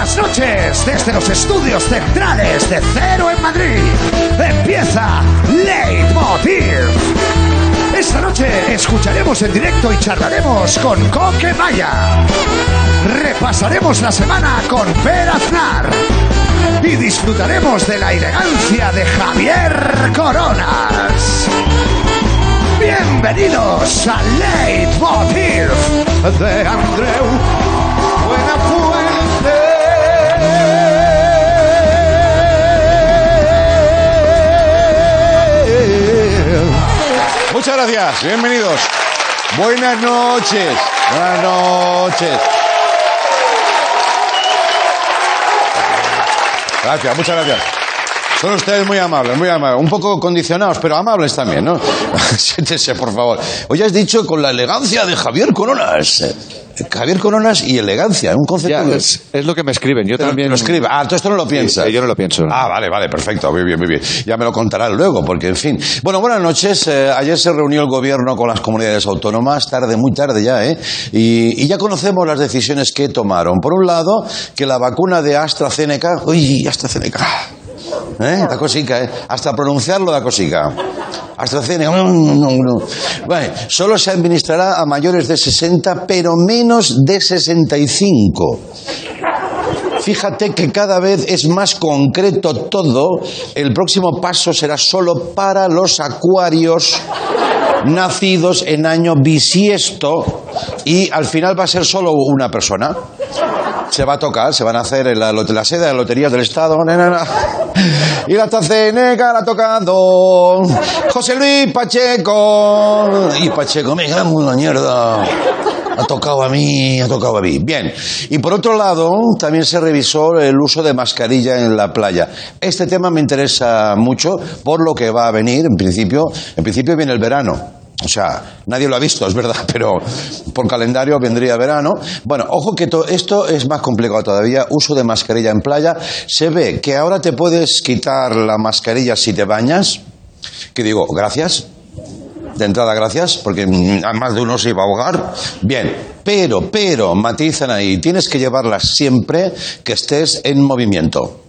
buenas noches desde los estudios centrales de Cero en Madrid. Empieza Leitmotiv. Esta noche escucharemos en directo y charlaremos con Coque Maya. Repasaremos la semana con Per Aznar. Y disfrutaremos de la elegancia de Javier Coronas. Bienvenidos a Leitmotiv de Andreu Buenafuente. Muchas gracias, bienvenidos. Buenas noches. Buenas noches. Gracias, muchas gracias. Son ustedes muy amables, un poco condicionados, pero amables también, ¿no? Siéntese, por favor. Hoy has dicho con la elegancia de Javier Coronas. Javier Coronas y elegancia, un concepto... Ya, es lo que me escriben, yo también... Lo escribe. Ah, tú esto no lo piensas. Sí, yo no lo pienso. Ah, vale, perfecto, muy bien. Ya me lo contarás luego, porque en fin... Bueno, buenas noches. Ayer se reunió el gobierno con las comunidades autónomas, muy tarde ya, ¿eh? Y ya conocemos las decisiones que tomaron. Por un lado, que la vacuna de AstraZeneca... Uy, AstraZeneca... Da cosica, ¿eh? Hasta pronunciarlo da cosica. AstraZeneca, no. Bueno, solo se administrará a mayores de 60, pero menos de 65. Fíjate que cada vez es más concreto todo. El próximo paso será solo para los acuarios nacidos en año bisiesto y al final va a ser solo una persona. Se va a tocar, se van a hacer en la sede de loterías del Estado. Y la AstraZeneca la ha tocado José Luis Pacheco. Y Pacheco, me cago en la mierda. Ha tocado a mí. Bien. Y por otro lado, también se revisó el uso de mascarilla en la playa. Este tema me interesa mucho por lo que va a venir. En principio viene el verano. O sea, nadie lo ha visto, es verdad, pero por calendario vendría verano. Bueno, ojo que esto es más complicado todavía. Uso de mascarilla en playa. Se ve que ahora te puedes quitar la mascarilla si te bañas. Que digo, gracias. De entrada, gracias, porque a más de uno se iba a ahogar. Bien, pero, matizan ahí. Tienes que llevarla siempre que estés en movimiento.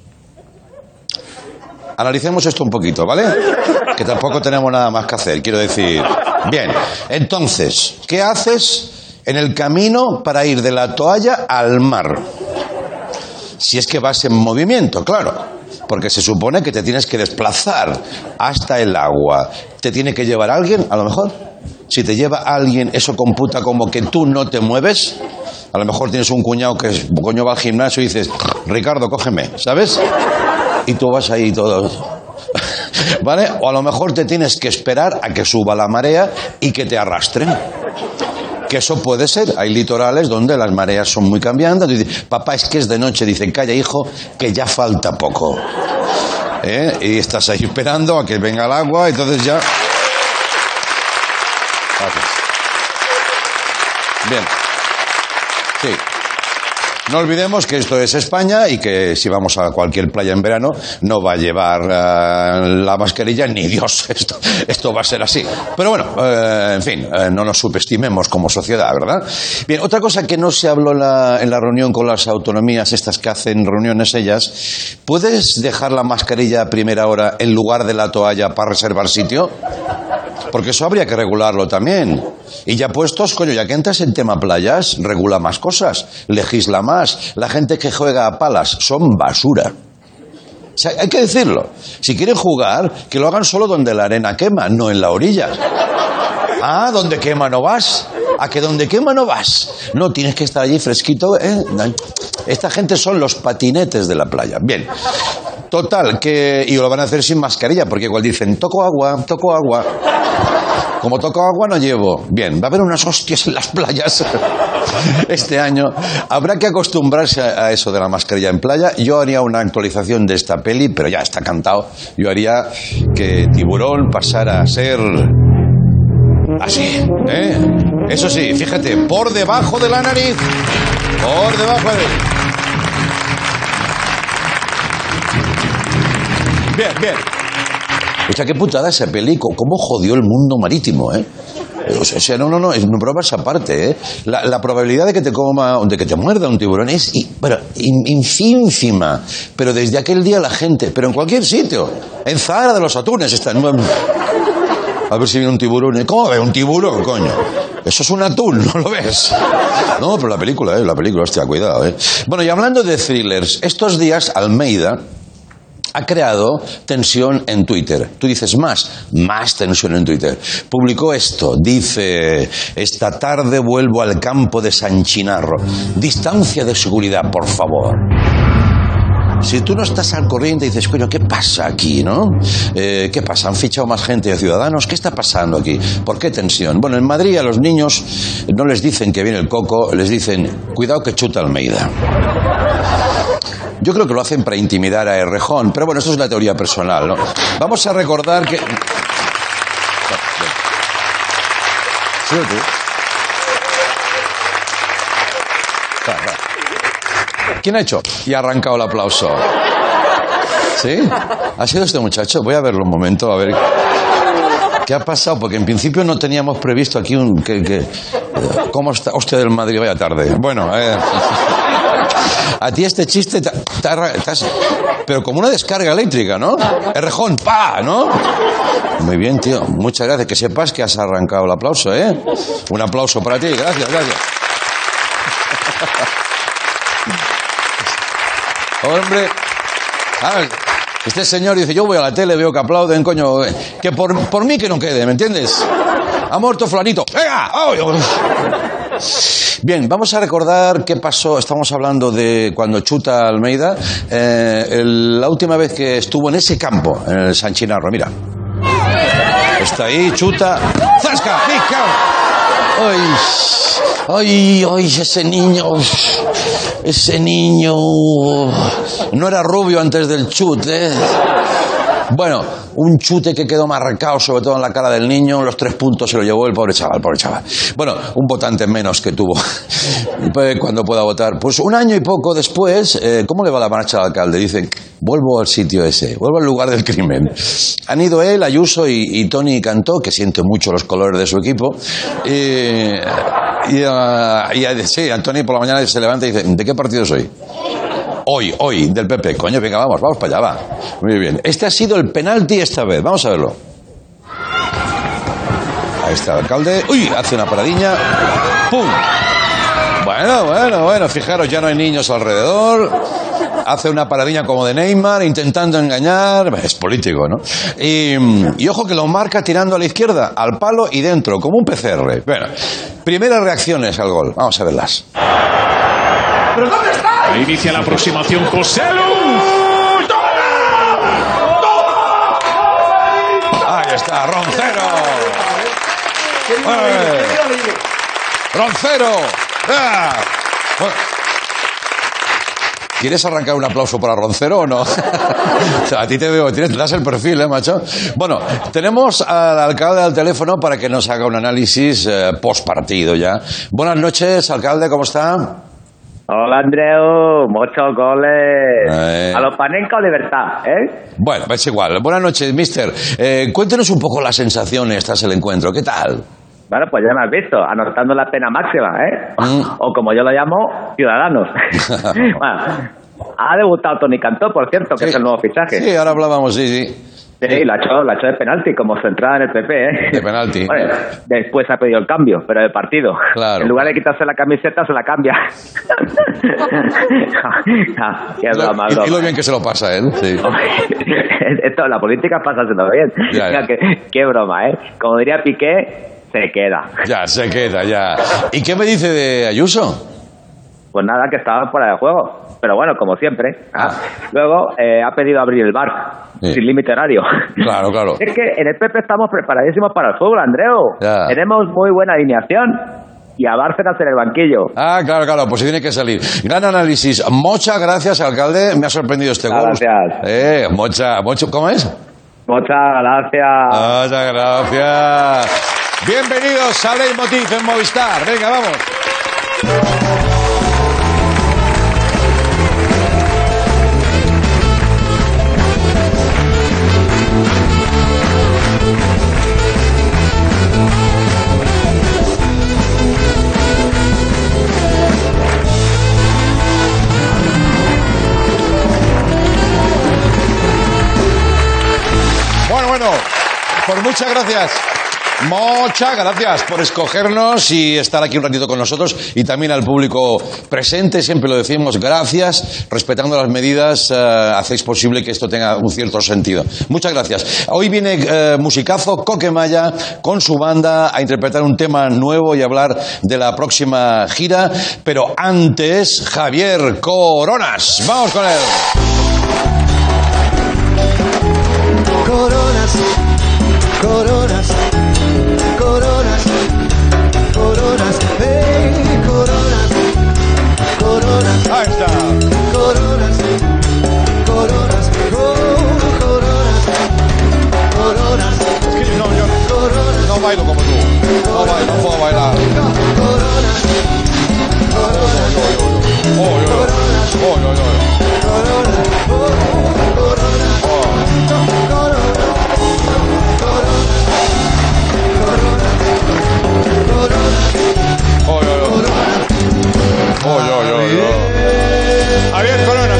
Analicemos esto un poquito, ¿vale? Que tampoco tenemos nada más que hacer, quiero decir. Bien, entonces, ¿qué haces en el camino para ir de la toalla al mar? Si es que vas en movimiento, claro. Porque se supone que te tienes que desplazar hasta el agua. ¿Te tiene que llevar alguien, a lo mejor? Si te lleva alguien, ¿eso computa como que tú no te mueves? A lo mejor tienes un cuñado que va al gimnasio y dices, Ricardo, cógeme, ¿sabes? Y tú vas ahí todo, ¿vale? O a lo mejor te tienes que esperar a que suba la marea y que te arrastren. Que eso puede ser. Hay litorales donde las mareas son muy cambiantes. Y dice, papá, es que es de noche. Dicen, calla, hijo, que ya falta poco. Y estás ahí esperando a que venga el agua, entonces ya... Gracias. Bien. Sí. No olvidemos que esto es España y que si vamos a cualquier playa en verano no va a llevar la mascarilla ni Dios. Esto va a ser así. Pero bueno, en fin, no nos subestimemos como sociedad, ¿verdad? Bien, otra cosa que no se habló en la reunión con las autonomías, estas que hacen reuniones ellas, ¿puedes dejar la mascarilla a primera hora en lugar de la toalla para reservar sitio? Porque eso habría que regularlo también. Y ya puestos, coño, ya que entras en tema playas, regula más cosas, legisla más. La gente que juega a palas son basura. O sea, hay que decirlo. Si quieren jugar, que lo hagan solo donde la arena quema, no en la orilla. Ah, donde quema no vas. ¿A que donde quema no vas? No, tienes que estar allí fresquito, ¿eh? Esta gente son los patinetes de la playa. Bien. Total, y lo van a hacer sin mascarilla, porque igual dicen, toco agua. Como toco agua no llevo. Bien, va a haber unas hostias en las playas este año. Habrá que acostumbrarse a eso de la mascarilla en playa. Yo haría una actualización de esta peli, pero ya está cantado. Yo haría que Tiburón pasara a ser... así, ¿eh? Eso sí, fíjate, por debajo de la nariz. Por debajo de... Bien. Escucha, qué putada ese peli, cómo jodió el mundo marítimo, ¿eh? O sea, no, es una prueba esa parte, ¿eh? La probabilidad de que te coma, de que te muerda un tiburón es ínfima. Pero desde aquel día la gente, pero en cualquier sitio, en Zahara de los Atunes están... A ver si viene un tiburón. ¿Cómo ve un tiburón, coño? Eso es un atún, ¿no lo ves? No, pero la película, hostia, cuidado, ¿eh? Bueno, y hablando de thrillers, estos días Almeida ha creado tensión en Twitter. Tú dices más tensión en Twitter. Publicó esto, dice: esta tarde vuelvo al campo de San Chinarro. Distancia de seguridad, por favor. Si tú no estás al corriente y dices, coño, ¿qué pasa aquí, no? ¿Qué pasa? ¿Han fichado más gente de Ciudadanos? ¿Qué está pasando aquí? ¿Por qué tensión? Bueno, en Madrid a los niños no les dicen que viene el coco, les dicen, cuidado que chuta Almeida. Yo creo que lo hacen para intimidar a Errejón, pero bueno, esto es una teoría personal, ¿no? Vamos a recordar que... ¿Sí, tú? ¿Quién ha hecho? Y ha arrancado el aplauso. ¿Sí? ¿Ha sido este muchacho? Voy a verlo un momento, a ver... ¿Qué ha pasado? Porque en principio no teníamos previsto aquí un... ¿Cómo está usted del Madrid? Vaya tarde. Bueno, a ti este chiste pero como una descarga eléctrica, ¿no? Errejón, ¡pa! ¿No? Muy bien, tío. Muchas gracias. Que sepas que has arrancado el aplauso, ¿eh? Un aplauso para ti. Gracias. Hombre, este señor dice, yo voy a la tele, veo que aplauden, coño, que por mí que no quede, ¿me entiendes? Ha muerto fulanito. ¡Venga! ¡Oh! Bien, vamos a recordar qué pasó. Estamos hablando de cuando chuta Almeida, la última vez que estuvo en ese campo, en el San Chinarro, mira. Está ahí, chuta. ¡Zasca! ¡Pica! ¡Ay, ese niño! Ese niño no era rubio antes del chute, ¿eh? Bueno, un chute que quedó marcado sobre todo en la cara del niño. Los 3 puntos se lo llevó el pobre chaval. Bueno, un votante menos que tuvo cuando pueda votar. Pues un año y poco después, ¿cómo le va la marcha al alcalde? Dice, vuelvo al sitio ese, vuelvo al lugar del crimen. Han ido él, Ayuso y Toni Cantó, que siente mucho los colores de su equipo. Sí, Antonio por la mañana se levanta y dice, ¿de qué partido soy? Hoy, del PP. Coño, venga, vamos para allá, va. Muy bien. Este ha sido el penalti esta vez. Vamos a verlo. Ahí está el alcalde. ¡Uy! Hace una paradiña. ¡Pum! Bueno, fijaros, ya no hay niños alrededor. Hace una paradiña como de Neymar, intentando engañar. Es político, ¿no? Y ojo que lo marca tirando a la izquierda, al palo y dentro, como un PCR. Bueno, primeras reacciones al gol. Vamos a verlas. ¿Pero dónde está? Ahí inicia la aproximación Joselu. Ahí está, Roncero. Roncero. Bueno. ¿Quieres arrancar un aplauso para Roncero o no? A ti te veo, te das el perfil, macho. Bueno, tenemos al alcalde al teléfono para que nos haga un análisis post partido ya. Buenas noches, alcalde, ¿cómo está? Hola, Andreu, muchos goles. A los Panenka o Libertad, ¿eh? Bueno, es igual. Buenas noches, mister. Cuéntenos un poco las sensaciones tras el encuentro. ¿Qué tal? Bueno, pues ya me has visto, anotando la pena máxima, ¿eh? O como yo lo llamo, Ciudadanos. Bueno, ha debutado Toni Cantó, por cierto, que es el nuevo fichaje. Sí, ahora hablábamos, sí. Sí, la ha hecho de penalti, como centrada en el PP, ¿eh? De penalti. Bueno, después ha pedido el cambio, pero de partido. Claro. En lugar de quitarse la camiseta, se la cambia. Qué broma. Y lo bien que se lo pasa él. Sí. Esto, la política pasa haciendo bien. Ya. Mira, qué broma, ¿eh? Como diría Piqué, se queda. Ya, se queda, ya. ¿Y qué me dice de Ayuso? Pues nada, que estaba fuera de juego. Pero bueno, como siempre. Luego ha pedido abrir el bar, sin límite horario. Claro. Es que en el PP estamos preparadísimos para el fútbol, Andreu. Ya. Tenemos muy buena alineación. Y a Bárcenas en el banquillo. Claro, pues tiene que salir. Gran análisis. Muchas gracias, alcalde. Me ha sorprendido este gol. Gracias. Mucho, ¿cómo es? Muchas gracias. Muchas gracias. Bienvenidos a Leitmotiv en Movistar. Venga, vamos. Bueno, pues muchas gracias. Muchas gracias por escogernos y estar aquí un ratito con nosotros, y también al público presente, siempre lo decimos, gracias, respetando las medidas, hacéis posible que esto tenga un cierto sentido. Muchas gracias. Hoy viene musicazo, Coquemaya, con su banda a interpretar un tema nuevo y hablar de la próxima gira, pero antes, Javier Coronas. Vamos con él. Coronas, coronas, coronas, coronas, hey, coronas, coronas. Ahí está. Coronas, coronas, oh, coronas, coronas. Es que yo no bailo como tú. No bailo, no puedo bailar. Coronas, coronas, Javier Coronas,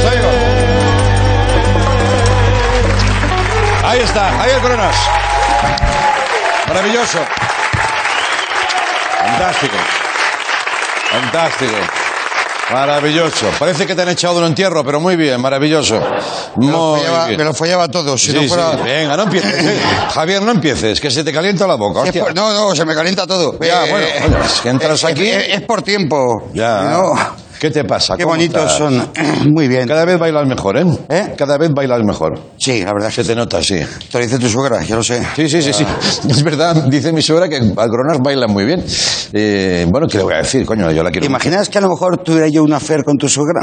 ahí está, Javier Coronas. Maravilloso. Fantástico. Fantástico. Maravilloso. Parece que te han echado de un entierro, pero muy bien, maravilloso. Me lo follaba todo. Si sí, no fuera... sí. Venga, no empieces. Javier, no empieces, que se te calienta la boca. Hostia. No, se me calienta todo. Ya, bueno, es que entras aquí... Es por tiempo. Ya. ¿No? ¿Qué te pasa? Qué bonitos son. Muy bien. Cada vez bailas mejor, ¿eh? Cada vez bailas mejor. Sí, la verdad. Se te nota, sí. Te lo dice tu suegra, yo lo sé. Sí. Es verdad, dice mi suegra que Coronas baila muy bien. Bueno, ¿qué le voy a decir? Coño, yo la quiero. ¿Te imaginas que a lo mejor tuviera yo una affair con tu suegra?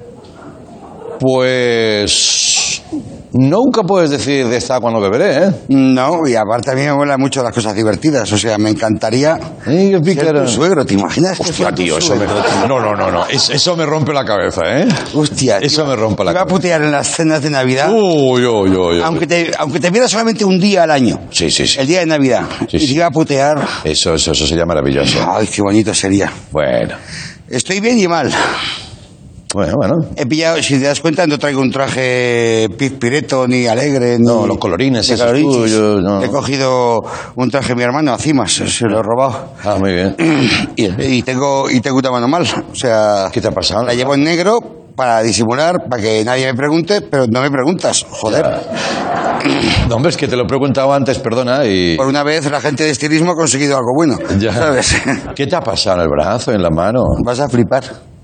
Pues... nunca puedes decir de esta cuando beberé, ¿eh? No, y aparte a mí me molan mucho las cosas divertidas. O sea, me encantaría ser tu suegro. ¿Te imaginas? Hostia, tío, eso me... No. Eso me rompe la cabeza, ¿eh? Hostia, eso me rompe la cabeza. Te va a putear en las cenas de Navidad. Aunque te viera solamente un día al año. Sí. El día de Navidad. Sí. Y te iba a putear. Eso sería maravilloso. Ay, qué bonito sería. Bueno. Estoy bien y mal. Bueno. He pillado, si te das cuenta, no traigo un traje pireto ni alegre. No, los colorines, esos tuyos. No. He cogido un traje de mi hermano a Cimas, se lo he robado. Ah, muy bien. Y tengo una mano mal. O sea, ¿qué te ha pasado? La llevo en negro para disimular, para que nadie me pregunte, pero no me preguntas. Joder. No, hombre, es que te lo he preguntado antes, perdona, y... Por una vez la gente de estilismo ha conseguido algo bueno. Ya. ¿Sabes? ¿Qué te ha pasado en el brazo, en la mano? Vas a flipar.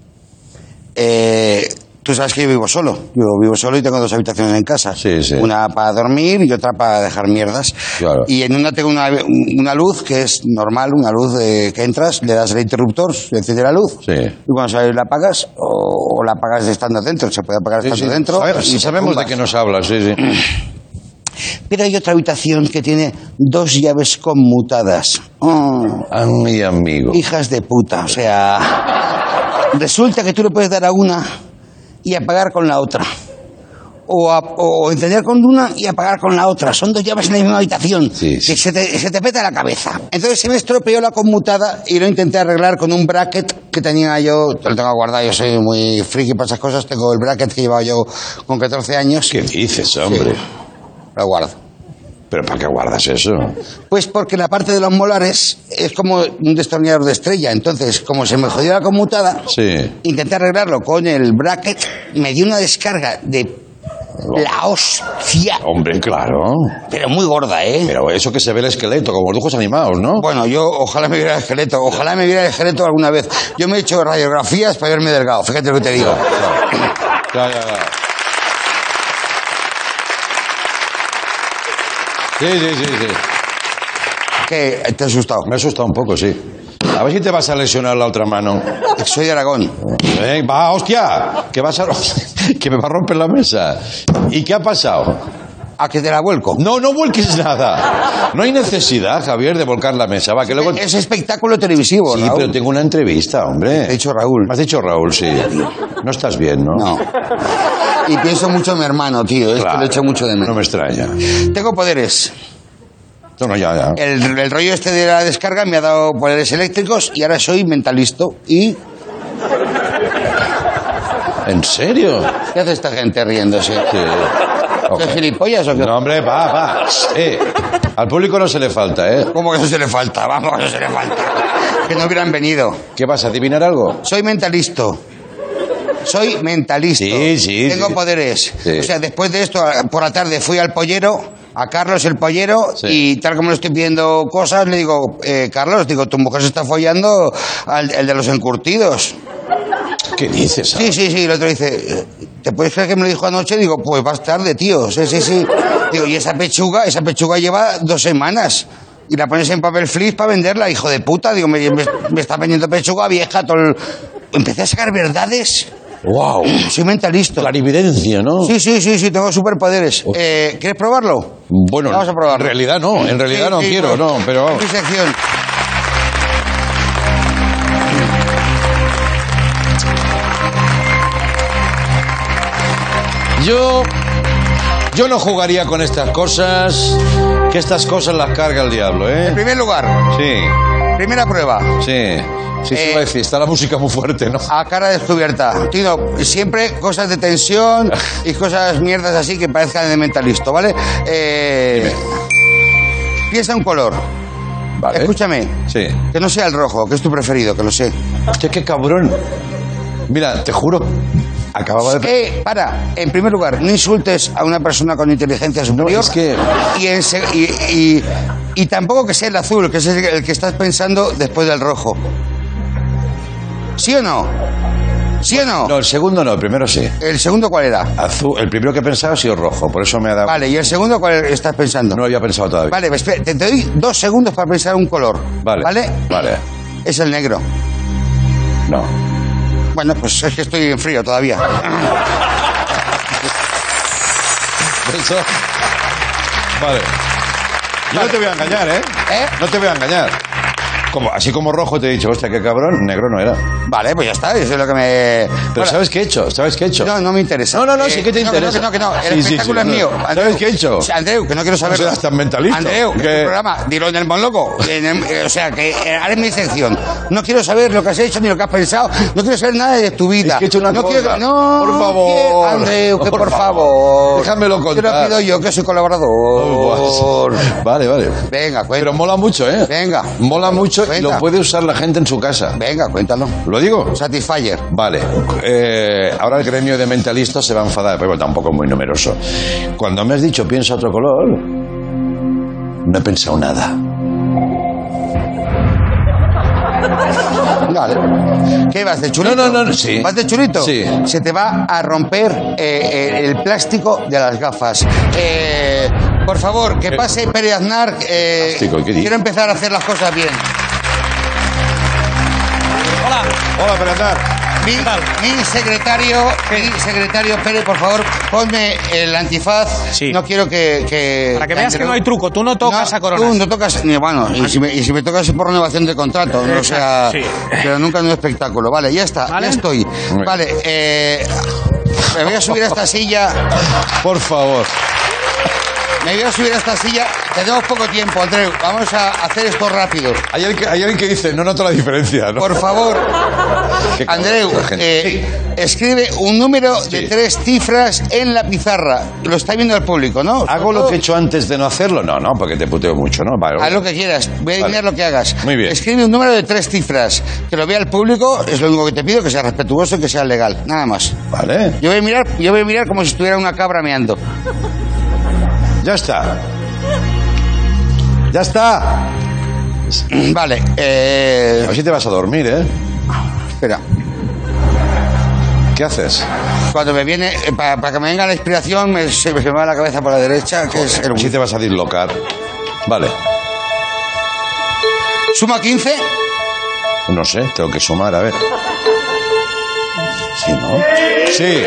Tú sabes que yo vivo solo. Yo vivo solo y tengo 2 habitaciones en casa. Sí. Una para dormir y otra para dejar mierdas. Claro. Y en una tengo una luz que es normal, una luz que entras, le das el interruptor, se enciende la luz. Sí. Y cuando sales la apagas o la apagas estando dentro. Se puede apagar estando dentro. Sí, sabemos de qué nos hablas, sí. Pero hay otra habitación que tiene 2 llaves conmutadas. Mi amigo. Hijas de puta. O sea, resulta que tú le puedes dar a una y apagar con la otra. O encender con una y apagar con la otra. Son 2 llaves en la misma habitación. Sí. Que se te peta la cabeza. Entonces se me estropeó la conmutada y lo intenté arreglar con un bracket que tenía yo. Lo tengo guardado, yo soy muy friki para esas cosas. Tengo el bracket que llevaba yo con 14 años. ¿Qué dices, hombre? Sí. Lo guardo. ¿Pero para qué guardas eso? Pues porque la parte de los molares es como un destornillador de estrella. Entonces, como se me jodió la conmutada, intenté arreglarlo con el bracket, me dio una descarga de la hostia. Hombre, claro. Pero muy gorda, ¿eh? Pero eso que se ve el esqueleto, como los dibujos animados, ¿no? Bueno, yo ojalá me viera el esqueleto. Ojalá me viera el esqueleto alguna vez. Yo me he hecho radiografías para verme delgado. Fíjate lo que te digo. Ya. Sí. ¿Qué? ¿Te has asustado? Me ha asustado un poco, sí. A ver si te vas a lesionar la otra mano. Soy de Aragón. Va, hostia, que me va a romper la mesa. ¿Y qué ha pasado? ¿A que te la vuelco? No vuelques nada. No hay necesidad, Javier, de volcar la mesa. Va, que luego... Es espectáculo televisivo, Sí, Raúl. pero tengo una entrevista, hombre. Te he dicho Raúl. Me has dicho Raúl, sí. No estás bien, ¿no? No. Y pienso mucho en mi hermano, tío. Es que lo echo mucho de menos. No me extraña. Tengo poderes. No, ya. El rollo este de la descarga me ha dado poderes eléctricos y ahora soy mentalisto. ¿Y ¿En serio? qué hace esta gente riéndose? Sí. ¿Qué gilipollas o qué? No, hombre, va. Al público no se le falta, ¿eh? ¿Cómo que eso se le falta? Vamos, eso se le falta. Que no hubieran venido. ¿Qué pasa? ¿Adivinar algo? Soy mentalista. Sí. Tengo poderes. Sí. O sea, después de esto, por la tarde fui al pollero, a Carlos el pollero, Sí. y tal como le estoy pidiendo cosas, le digo, Carlos, digo, tu mujer se está follando el de los encurtidos. ¿Qué dices? Sí, el otro dice, ¿te puedes creer que me lo dijo anoche? Digo, pues vas tarde, tío. Sí. Digo, y esa pechuga lleva 2 semanas. Y la pones en papel flip para venderla, hijo de puta. Digo, me está vendiendo pechuga vieja. Empecé a sacar verdades. ¡Wow! Soy mentalista. Clarividencia, ¿no? Sí, tengo superpoderes. ¿Quieres probarlo? Bueno, Vamos a probarlo. En realidad no Sí, quiero, pues, no, pero vamos. Mi sección. Yo no jugaría con estas cosas, que estas cosas las carga el diablo, ¿eh? En primer lugar, Sí, primera prueba. sí, iba a decir, está la música muy fuerte, ¿no? A cara descubierta. Tino, siempre cosas de tensión y cosas mierdas así que parezcan de mentalista, ¿vale? Piensa un color. Vale. Escúchame. Sí. Que no sea el rojo, que es tu preferido, que lo sé. Hostia, qué cabrón. Mira, te juro, acababa de... En primer lugar, no insultes a una persona con inteligencia superior. es que- Y tampoco que sea el azul, que es el que estás pensando después del rojo. ¿Sí o no? ¿Sí o no? No, el segundo no, el primero sí. ¿El segundo cuál era? Azul, el primero que he pensado ha sido rojo, por eso me ha dado... Vale, ¿y el segundo cuál estás pensando? No lo había pensado todavía. Vale, pues espera, te doy 2 segundos para pensar un color. Vale. ¿Vale? Es el negro. No. Bueno, pues es que estoy en frío todavía. Eso... Vale. Yo no te voy a engañar, ¿eh? No te voy a engañar. Así como rojo te he dicho, hostia, qué cabrón, negro no era. Vale, pues ya está, eso es lo que me... Pero Bueno, ¿sabes qué he hecho? ¿Sabes qué he hecho? No me interesa. No, sí que te interesa. Que no. El Sí, espectáculo es no. mío. ¿Sabes qué he hecho? Andreu, que no quiero saber. No seas tan mentalista. Andreu, que es tu programa. Dilo en el monólogo. O sea, que haré mi sección. No quiero saber lo que has hecho ni lo que has pensado. No quiero saber nada de tu vida. Es que he hecho una no cosa. No, Por favor. Andreu, que por favor. Déjamelo contar. Te lo pido yo, que soy colaborador. Vale. Venga, cuenta. Pero mola mucho, ¿eh? Venga. Mola mucho y Cuenta. lo puede usar la gente en su casa. Venga, cuéntalo. ¿Lo digo? Satisfyer. Vale. Ahora el gremio de mentalistas se va a enfadar, pero tampoco es muy numeroso. Cuando me has dicho piensa otro color, no he pensado nada. Vale. ¿Qué vas de churito? No, sí. ¿Vas de churito? Sí. Se te va a romper el plástico de las gafas. Por favor, que pase Pere Aznar. Plástico, ¿qué dices? Quiero empezar a hacer las cosas bien. Hola, Fernando. Mi secretario Pere, por favor, ponme el antifaz. Sí. No quiero que Para que veas que no hay truco, tú no tocas a Coronas. Tú no tocas, ni bueno, y si me tocas es por renovación de contrato, ¿no? O sea, Sí. pero nunca en un espectáculo. Vale, ya está, ¿Vale? ya estoy. Vale, me voy a subir a esta silla. Por favor. Me voy a subir a esta silla. Tenemos poco tiempo, Andreu. Vamos a hacer esto rápido. Hay alguien que dice, no noto la diferencia, ¿no? Por favor, Qué Andreu, cabrón, gente. escribe un número de Sí. 3 cifras en la pizarra. Lo está viendo el público, ¿no? ¿Hago lo que he hecho antes de no hacerlo? No, porque te puteo mucho, ¿no? Vale. Haz lo que quieras. Voy a adivinar lo que hagas. Muy bien. Escribe un número de 3 cifras. Que lo vea el público. Es lo único que te pido, que sea respetuoso y que sea legal. Nada más. Vale. Yo voy a mirar como si estuviera una cabra meando. Ya está. Ya está. Vale. A ver si te vas a dormir, ¿eh? Espera. ¿Qué haces? Cuando me viene, para que me venga la inspiración, se me va la cabeza por la derecha, que es A ver si te vas a dislocar. Vale. Suma 15. No sé, tengo que sumar, a ver. Sí, ¿no? Sí.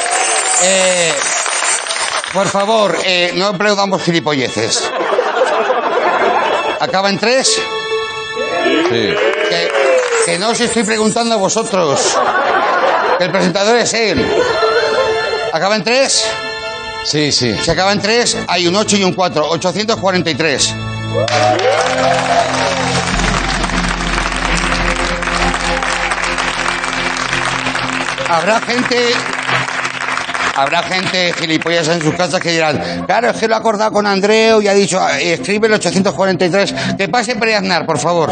Por favor, no aplaudamos gilipolleces. ¿Acaba en 3? Sí. Que no os estoy preguntando a vosotros. Que el presentador es él. ¿Acaba en 3? Sí. Si acaba en 3, hay un 8 y un 4. 843. habrá gente gilipollas en sus casas que dirán, claro, es que lo ha acordado con Andreu y ha dicho, escribe el 843, que pase por Aznar, por favor.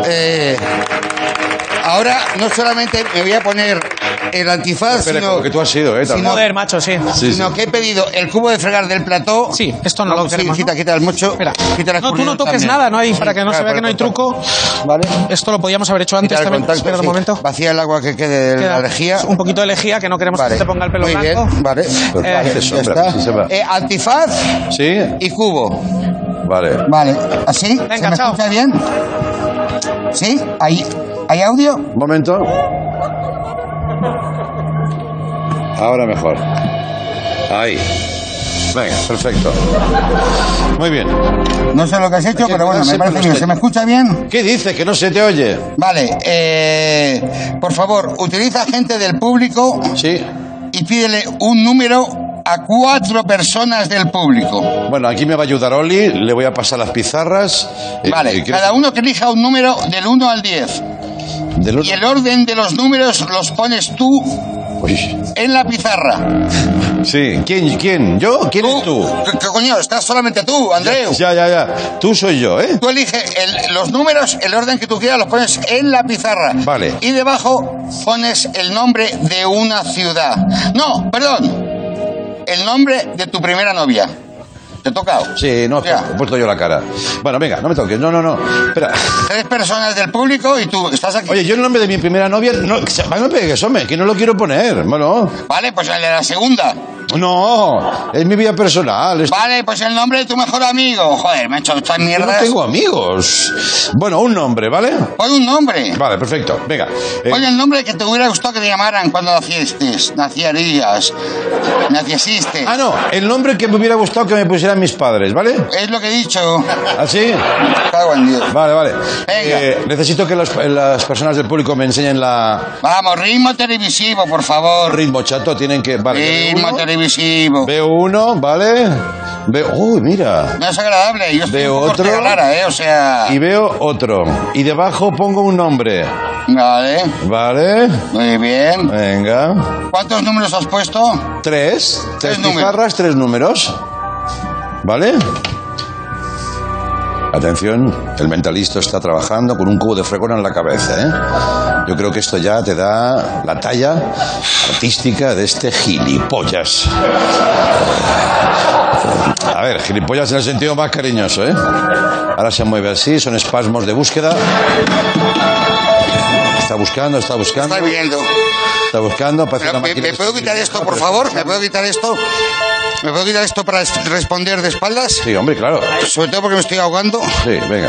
Ahora no solamente me voy a poner el antifaz, sino que tú has sido, Joder, macho, sí. Sino que he pedido el cubo de fregar del plató. Sí, esto no lo queremos, quita, ¿no? quita el mocho. Espera. Quita las No, tú no toques también. nada, no hay, Sí, para que no se vea que no hay truco. Vale. Esto lo podíamos haber hecho antes Quita el también. contacto, Espera un sí. momento. Vacía el agua que quede de Queda la lejía. un poquito de lejía, que no queremos Vale. que te ponga el pelo Muy blanco. bien, vale. Hace Ya sombra, está. sí se va. Antifaz ¿Sí? y cubo. Vale. Vale, ¿así? Venga, ¿Se me chao. escucha bien? ¿Sí? ¿Hay audio? Un momento. Ahora mejor. Ahí. Venga, perfecto. Muy bien. No sé lo que has hecho, pero bueno, me parece bien. ¿Se me escucha bien? ¿Qué dice? Que no se te oye. Vale, por favor, utiliza gente del público Sí. y pídele un número a 4 personas del público. Bueno, aquí me va a ayudar Oli. Le voy a pasar las pizarras. Vale, cada uno que elija un número del 1 al 10. Y el orden de los números los pones tú en la pizarra. Sí. ¿Quién? ¿Yo? ¿Quién es tú? ¿Qué coño? Estás solamente tú, Andreu. Ya. Tú soy yo, ¿eh? Tú eliges los números, el orden que tú quieras, los pones en la pizarra. Vale. Y debajo pones el nombre de una ciudad. No, perdón. El nombre de tu primera novia. ¿Te he tocado? Sí, no, he puesto yo la cara. Bueno, venga, no me toques. No. Espera. 3 personas del público y tú estás aquí. Oye, yo el nombre de mi primera novia... No me pegues, hombre, que no lo quiero poner. Bueno. Vale, pues el de la segunda. No, es mi vida personal. Vale, pues el nombre de tu mejor amigo. Joder, me he hecho estas Yo mierdas. no tengo amigos. Bueno, un nombre, ¿vale? Pon un nombre. Vale, perfecto. Venga. Pon el nombre que te hubiera gustado que te llamaran cuando nacieses. Naciesiste. Ah, no, el nombre que me hubiera gustado que me pusieran mis padres, ¿vale? Es lo que he dicho. ¿Así? Cago en Dios. Vale. Venga. Necesito que las personas del público me enseñen la... Vamos, ritmo televisivo, por favor. Ritmo, chato, tienen que... Vale, Ritmo televisivo. Veo uno, ¿vale? Uy, mira. No es agradable. Yo estoy Veo un poco otro. rara, o sea... Y veo otro. Y debajo pongo un nombre. Vale. ¿Vale? Muy bien. Venga. ¿Cuántos números has puesto? 3. 3 números. pizarras, 3 números. ¿Vale? Atención, el mentalista está trabajando con un cubo de fregón en la cabeza, ¿eh? Yo creo que esto ya te da la talla artística de este gilipollas. A ver, gilipollas en el sentido más cariñoso, ¿eh? Ahora se mueve así, son espasmos de búsqueda. Está buscando. Está viendo. Está buscando, parece una ¿Me máquina de puedo quitar esto, por favor? ¿Me puedo quitar esto? ¿Me puedo quitar esto para responder de espaldas? Sí, hombre, claro. Sobre todo porque me estoy ahogando. Sí, venga.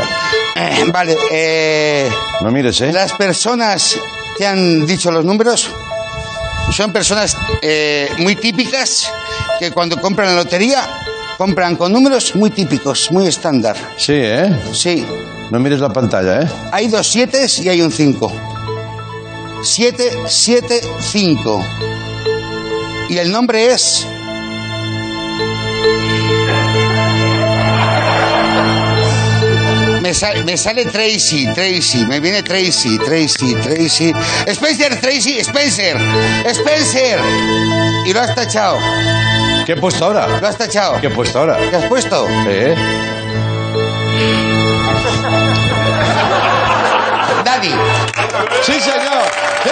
Vale, No mires, ¿eh? las personas que han dicho los números son personas muy típicas que cuando compran la lotería compran con números muy típicos, muy estándar. Sí, ¿eh? Sí. No mires la pantalla, ¿eh? Hay 2 7 y hay un 5. 7, 7, 5. Y el nombre es... Me sale Tracy. Me viene Tracy. Spencer. Y lo has tachado. ¿Qué he puesto ahora? Lo has tachado. ¿Qué he puesto ahora? ¿Qué has puesto? Daddy. ¡Sí, señor!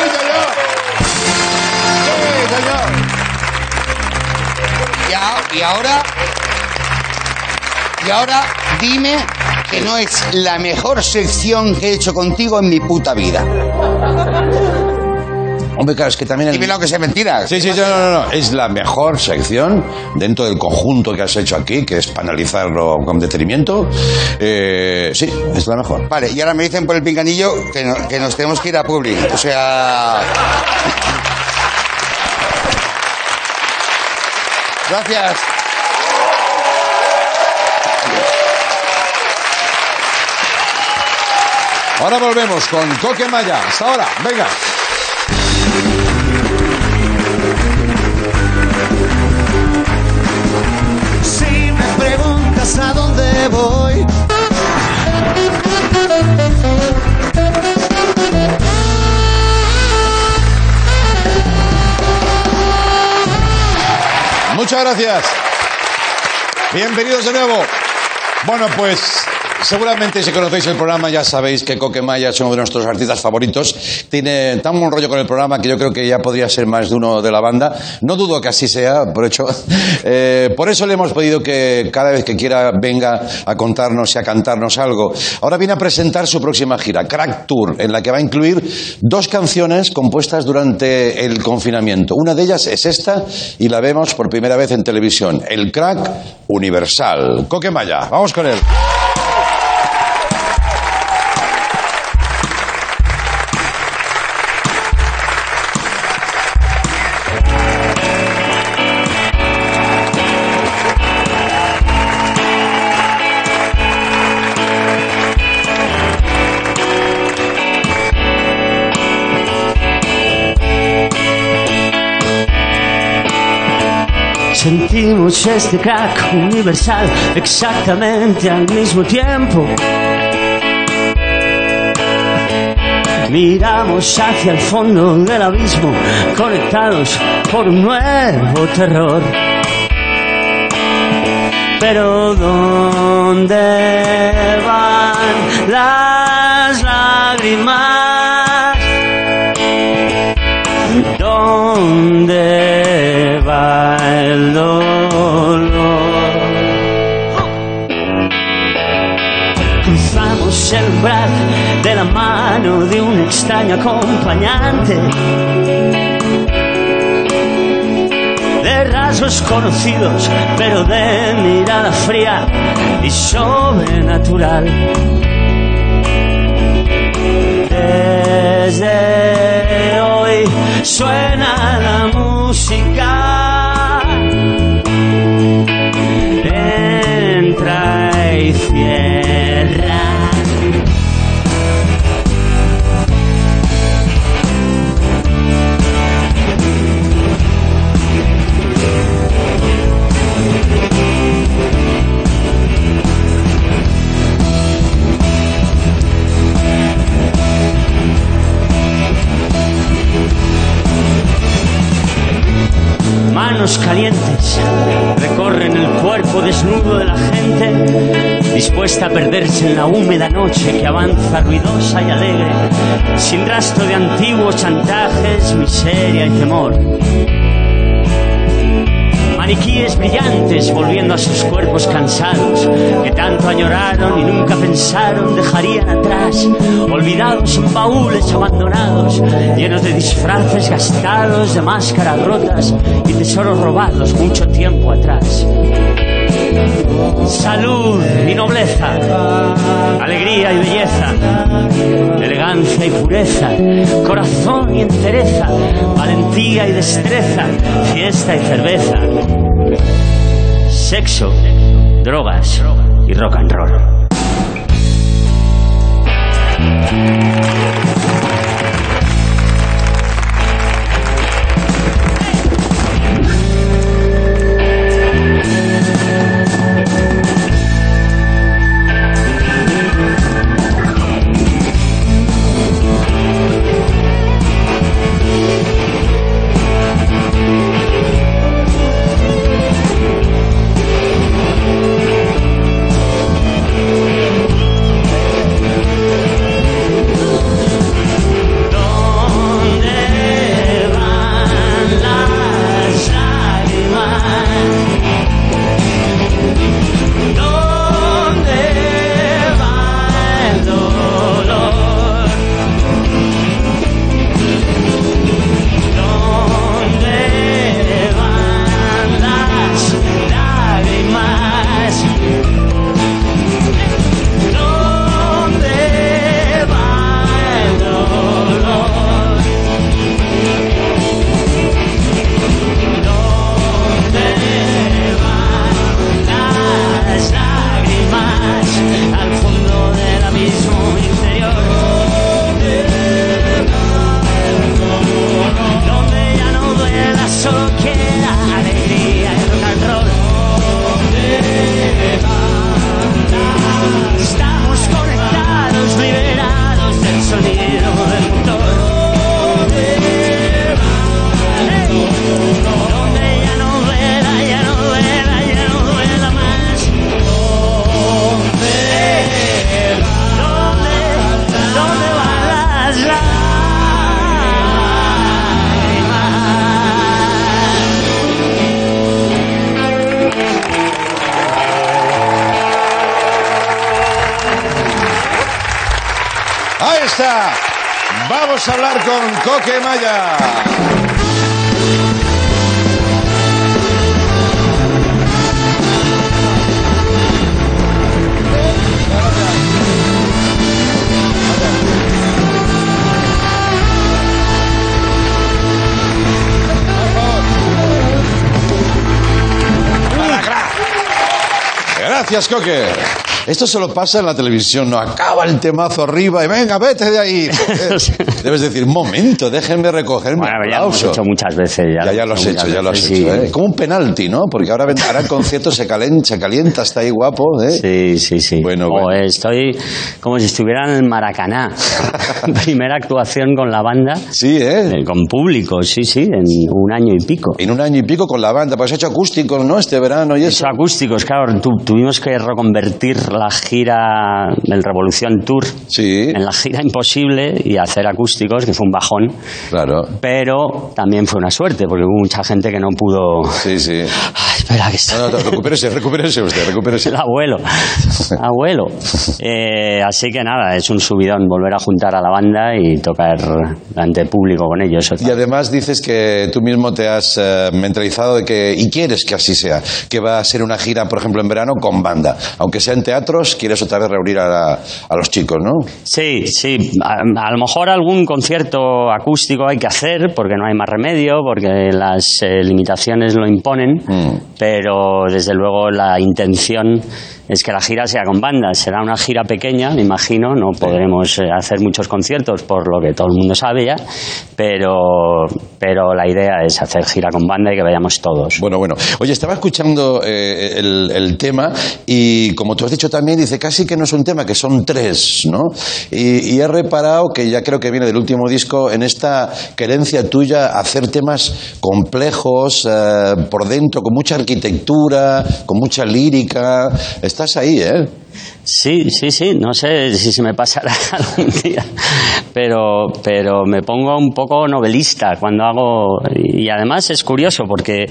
Y ahora dime que no es la mejor sección que he hecho contigo en mi puta vida. Hombre, claro, es que también... Dime lo que sea mentira. Sí, no. Es la mejor sección dentro del conjunto que has hecho aquí, que es para analizarlo con detenimiento. Sí, es la mejor. Vale, y ahora me dicen por el pinganillo que nos tenemos que ir a Publi. O sea... Gracias. Ahora volvemos con Coquemaya. Hasta ahora, venga. Si me preguntas a dónde voy, muchas gracias. Bienvenidos de nuevo. Bueno, pues seguramente si conocéis el programa ya sabéis que Coquemaya es uno de nuestros artistas favoritos. Tiene tan buen rollo con el programa que yo creo que ya podría ser más de uno de la banda. No dudo que así sea, por eso le hemos pedido que cada vez que quiera venga a contarnos y a cantarnos algo. Ahora viene a presentar su próxima gira, Crack Tour, en la que va a incluir 2 canciones compuestas durante el confinamiento. Una de ellas es esta y la vemos por primera vez en televisión, el Crack Universal. Coquemaya, vamos con él. Sentimos este crack universal exactamente al mismo tiempo. Miramos hacia el fondo del abismo, conectados por un nuevo terror. Pero ¿dónde van las lágrimas? ¿Dónde va el dolor? Cruzamos el umbral de la mano de un extraño acompañante, de rasgos conocidos, pero de mirada fría y sobrenatural. Desde hoy suena la música, entra y cierra. Manos calientes recorren el cuerpo desnudo de la gente, dispuesta a perderse en la húmeda noche que avanza ruidosa y alegre, sin rastro de antiguos chantajes, miseria y temor. Maniquíes brillantes volviendo a sus cuerpos cansados, que tanto añoraron y nunca pensaron dejarían atrás, olvidados en baúles abandonados, llenos de disfraces gastados, de máscaras rotas y tesoros robados mucho tiempo atrás. Salud y nobleza, alegría y belleza, elegancia y pureza, corazón y entereza, valentía y destreza, fiesta y cerveza, sexo, drogas y rock and roll. Donde ya no vuela, ya está. Vamos a hablar con Coque Maya. Gracias, Coque. Esto solo pasa en la televisión, no acaba el temazo arriba y venga, vete de ahí. Debes decir, un momento, déjenme recogerme. Bueno, ya lo hemos hecho muchas veces. Ya lo has hecho, ya lo has sí. hecho. Como un penalti, ¿no? Porque ahora el concierto se calienta, está ahí guapo. Sí. Bueno. Estoy como si estuviera en el Maracaná. Primera actuación con la banda. Sí, con público, sí, en un año y pico. En un año y pico con la banda, pues has hecho acústicos, ¿no? Este verano y eso. He hecho acústicos, claro. Tuvimos que reconvertir la gira del Revolución Tour en la gira Imposible y hacer acústicos, que fue un bajón. Claro. Pero también fue una suerte, porque hubo mucha gente que no pudo... Sí. Ay, espera, que está... No, recupérese usted. El abuelo. Así que nada, es un subidón volver a juntar a la banda y tocar ante público con ellos. Y además dices que tú mismo te has mentalizado de que, y quieres que así sea, que va a ser una gira, por ejemplo, en verano con banda. Aunque sea en teatros, quieres otra vez reunir a los chicos, ¿no? Sí. A lo mejor algún concierto acústico hay que hacer, porque no hay más remedio, porque las limitaciones lo imponen, pero desde luego la intención es que la gira sea con banda. Será una gira pequeña, me imagino, no podremos hacer muchos conciertos, por lo que todo el mundo sabe ya, pero la idea es hacer gira con banda y que vayamos todos. Bueno. Oye, estaba escuchando el tema y, como tú has dicho también, dice casi que no es un tema, que son tres, ¿no? Y he reparado que ya creo que viene del último disco, en esta querencia tuya a hacer temas complejos, por dentro, con mucha arquitectura, con mucha lírica. Estás ahí, ¿eh? Sí, no sé si se me pasará algún día, pero me pongo un poco novelista cuando hago, y además es curioso porque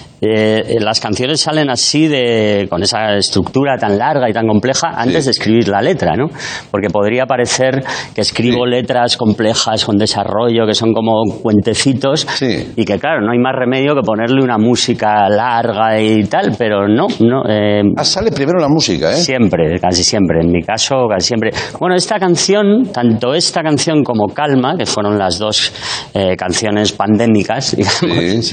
las canciones salen así, con esa estructura tan larga y tan compleja antes de escribir la letra, ¿no? Porque podría parecer que escribo letras complejas con desarrollo, que son como cuentecitos, y que claro, no hay más remedio que ponerle una música larga y tal, pero no. Sale primero la música, ¿eh? Siempre, casi siempre, en mi caso, casi siempre. Bueno, esta canción, tanto esta canción como Calma, que fueron las dos canciones pandémicas, digamos,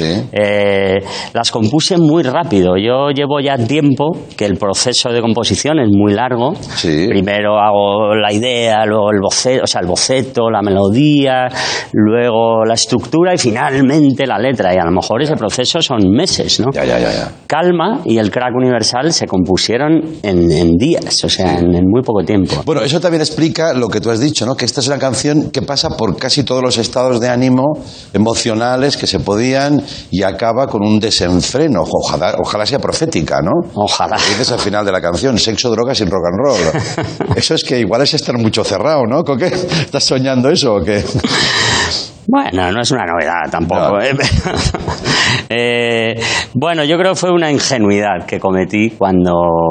las compuse muy rápido. Yo llevo ya tiempo que el proceso de composición es muy largo. Primero hago la idea, luego el boceto, la melodía, luego la estructura y finalmente la letra. Y a lo mejor ese proceso son meses, ¿no? Ya. Calma y el Crack Universal se compusieron en días, o sea, en muy poco tiempo. Bueno, eso también explica lo que tú has dicho, ¿no? Que esta es una canción que pasa por casi todos los estados de ánimo emocionales que se podían y acaba con un desenfreno. Ojalá sea profética, ¿no? Ojalá. Dices al final de la canción, sexo, drogas y rock and roll. Eso es que igual es estar mucho cerrado, ¿no? ¿Con qué? ¿Estás soñando eso o qué? Bueno, no es una novedad tampoco. No. Bueno, yo creo que fue una ingenuidad que cometí cuando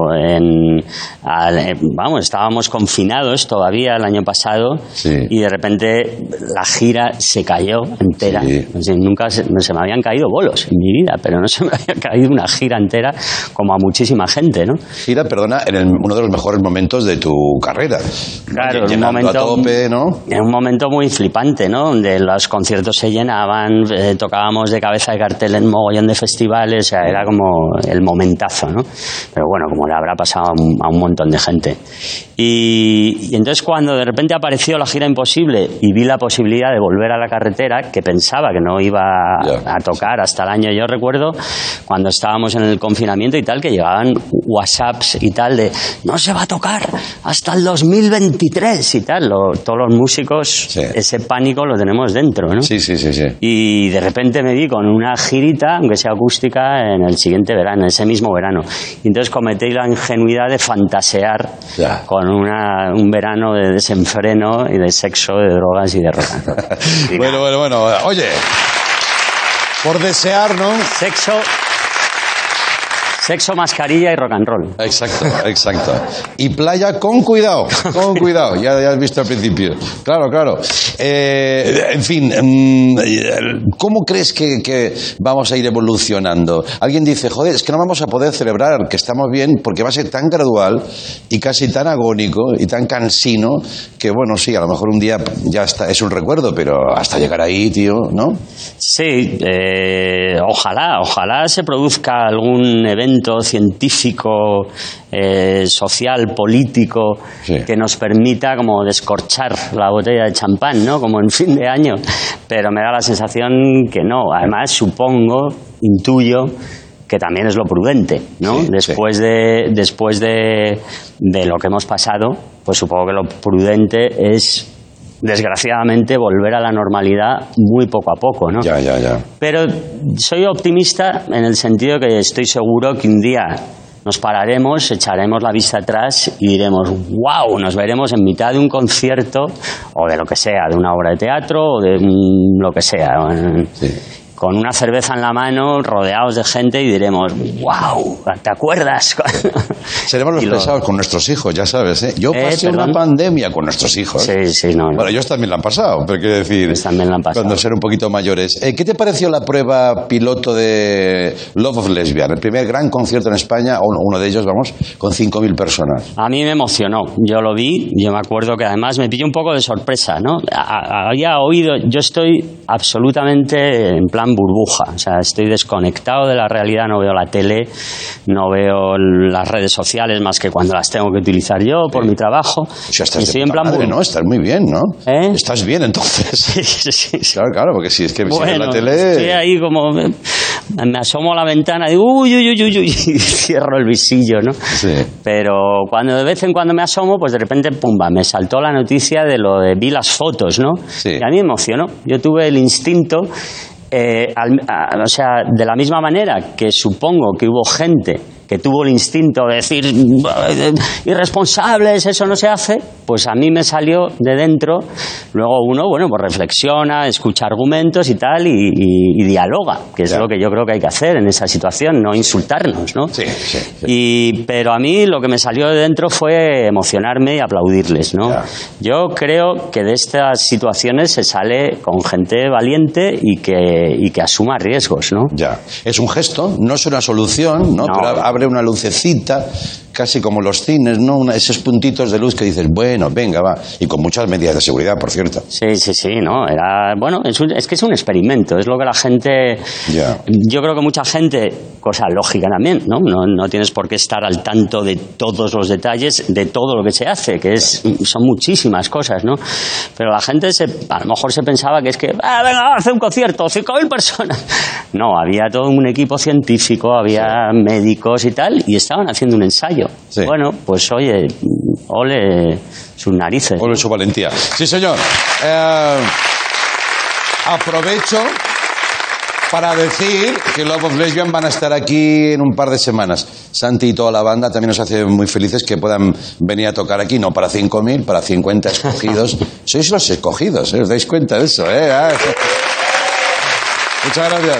estábamos confinados todavía el año pasado y de repente la gira se cayó entera. Nunca se me habían caído bolos en mi vida, pero no se me había caído una gira entera como a muchísima gente, ¿no? Gira, perdona, uno de los mejores momentos de tu carrera. Claro, un momento a tope, ¿no? En un momento muy flipante, ¿no? Donde los conciertos se llenaban, tocábamos de cabeza de cartel en mogollón de festivales, o sea, era como el momentazo, ¿no? Pero bueno, como le habrá pasado a un montón de gente. Y entonces cuando de repente apareció la gira Imposible y vi la posibilidad de volver a la carretera, que pensaba que no iba a tocar hasta el año, yo recuerdo cuando estábamos en el confinamiento y tal, que llegaban WhatsApps y tal de no se va a tocar hasta el 2023 y tal. Todos los músicos, ese pánico lo tenemos dentro, ¿no? Sí. Y de repente me vi con una girita, aunque sea acústica, en el siguiente verano, en ese mismo verano. Y entonces cometí la ingenuidad de fantasear con un verano de desenfreno y de sexo, de drogas y de rock and roll. Bueno. Sexo, mascarilla y rock and roll. Exacto. Y playa con cuidado, ya has visto al principio. Claro. En fin, ¿cómo crees que vamos a ir evolucionando? Alguien dice, joder, es que no vamos a poder celebrar que estamos bien porque va a ser tan gradual y casi tan agónico y tan cansino que, bueno, sí, a lo mejor un día ya está, es un recuerdo, pero hasta llegar ahí, tío, ¿no? Sí, ojalá se produzca algún evento científico, social, político, que nos permita como descorchar la botella de champán, ¿no? Como en fin de año, pero me da la sensación que no. Además, intuyo que también es lo prudente, ¿no? Después de lo que hemos pasado, pues supongo que lo prudente es, desgraciadamente, volver a la normalidad muy poco a poco, ¿no? Ya. Pero soy optimista en el sentido que estoy seguro que un día nos pararemos, echaremos la vista atrás y diremos, wow, nos veremos en mitad de un concierto o de lo que sea, de una obra de teatro o de lo que sea. Con una cerveza en la mano, rodeados de gente, y diremos, wow, ¿te acuerdas? Seremos los pesados con nuestros hijos, ya sabes, ¿eh? Yo pasé una pandemia con nuestros hijos. Sí, no. Bueno, ellos también la han pasado, pero quiero decir, también la han pasado. Cuando ser un poquito mayores. ¿Qué te pareció la prueba piloto de Love of Lesbian? El primer gran concierto en España, o uno de ellos, vamos, con 5.000 personas. A mí me emocionó. Yo lo vi, yo me acuerdo que además me pilló un poco de sorpresa, ¿no? Había oído, yo estoy absolutamente en plan burbuja, o sea, estoy desconectado de la realidad, no veo la tele, no veo las redes sociales más que cuando las tengo que utilizar yo por mi trabajo. O sea, estás estoy en plan madre, ¿no? Estás muy bien, ¿no? Estás bien, entonces. Sí. Claro, porque si es que bueno, si ves la tele... estoy ahí como... Me asomo a la ventana y digo, uy, y cierro el visillo, ¿no? Sí. Pero cuando de vez en cuando me asomo, pues de repente, pumba, me saltó la noticia de lo de... Vi las fotos, ¿no? Sí. Y a mí me emocionó. Yo tuve el instinto... o sea, de la misma manera que supongo que hubo gente que tuvo el instinto de decir irresponsables, eso no se hace, pues a mí me salió de dentro. Luego uno, bueno, pues reflexiona, escucha argumentos y tal, y dialoga, que es lo que yo creo que hay que hacer en esa situación, no insultarnos, ¿no? Sí. Pero a mí lo que me salió de dentro fue emocionarme y aplaudirles, ¿no? Yo creo que de estas situaciones se sale con gente valiente y que asuma riesgos, ¿no? Ya. Es un gesto, no es una solución, ¿no? Pero abre una lucecita, casi como los cines, ¿no? Esos puntitos de luz que dices, bueno, venga, va. Y con muchas medidas de seguridad, por cierto. Sí, ¿no? Era, bueno, es que es un experimento, es lo que la gente... Yo creo que mucha gente, cosa lógica también, ¿no? No tienes por qué estar al tanto de todos los detalles, de todo lo que se hace, que son muchísimas cosas, ¿no? Pero la gente a lo mejor se pensaba que es que, venga, hace un concierto, 5.000 personas. No, había todo un equipo científico, había médicos y tal, y estaban haciendo un ensayo. Bueno, pues oye, ole sus narices. Ole su valentía. Sí, señor. Aprovecho para decir que Love of Lesbian van a estar aquí en un par de semanas. Santi y toda la banda también nos hace muy felices que puedan venir a tocar aquí, no para 5.000, para 50 escogidos. Sois los escogidos, ¿os dais cuenta de eso? Muchas gracias.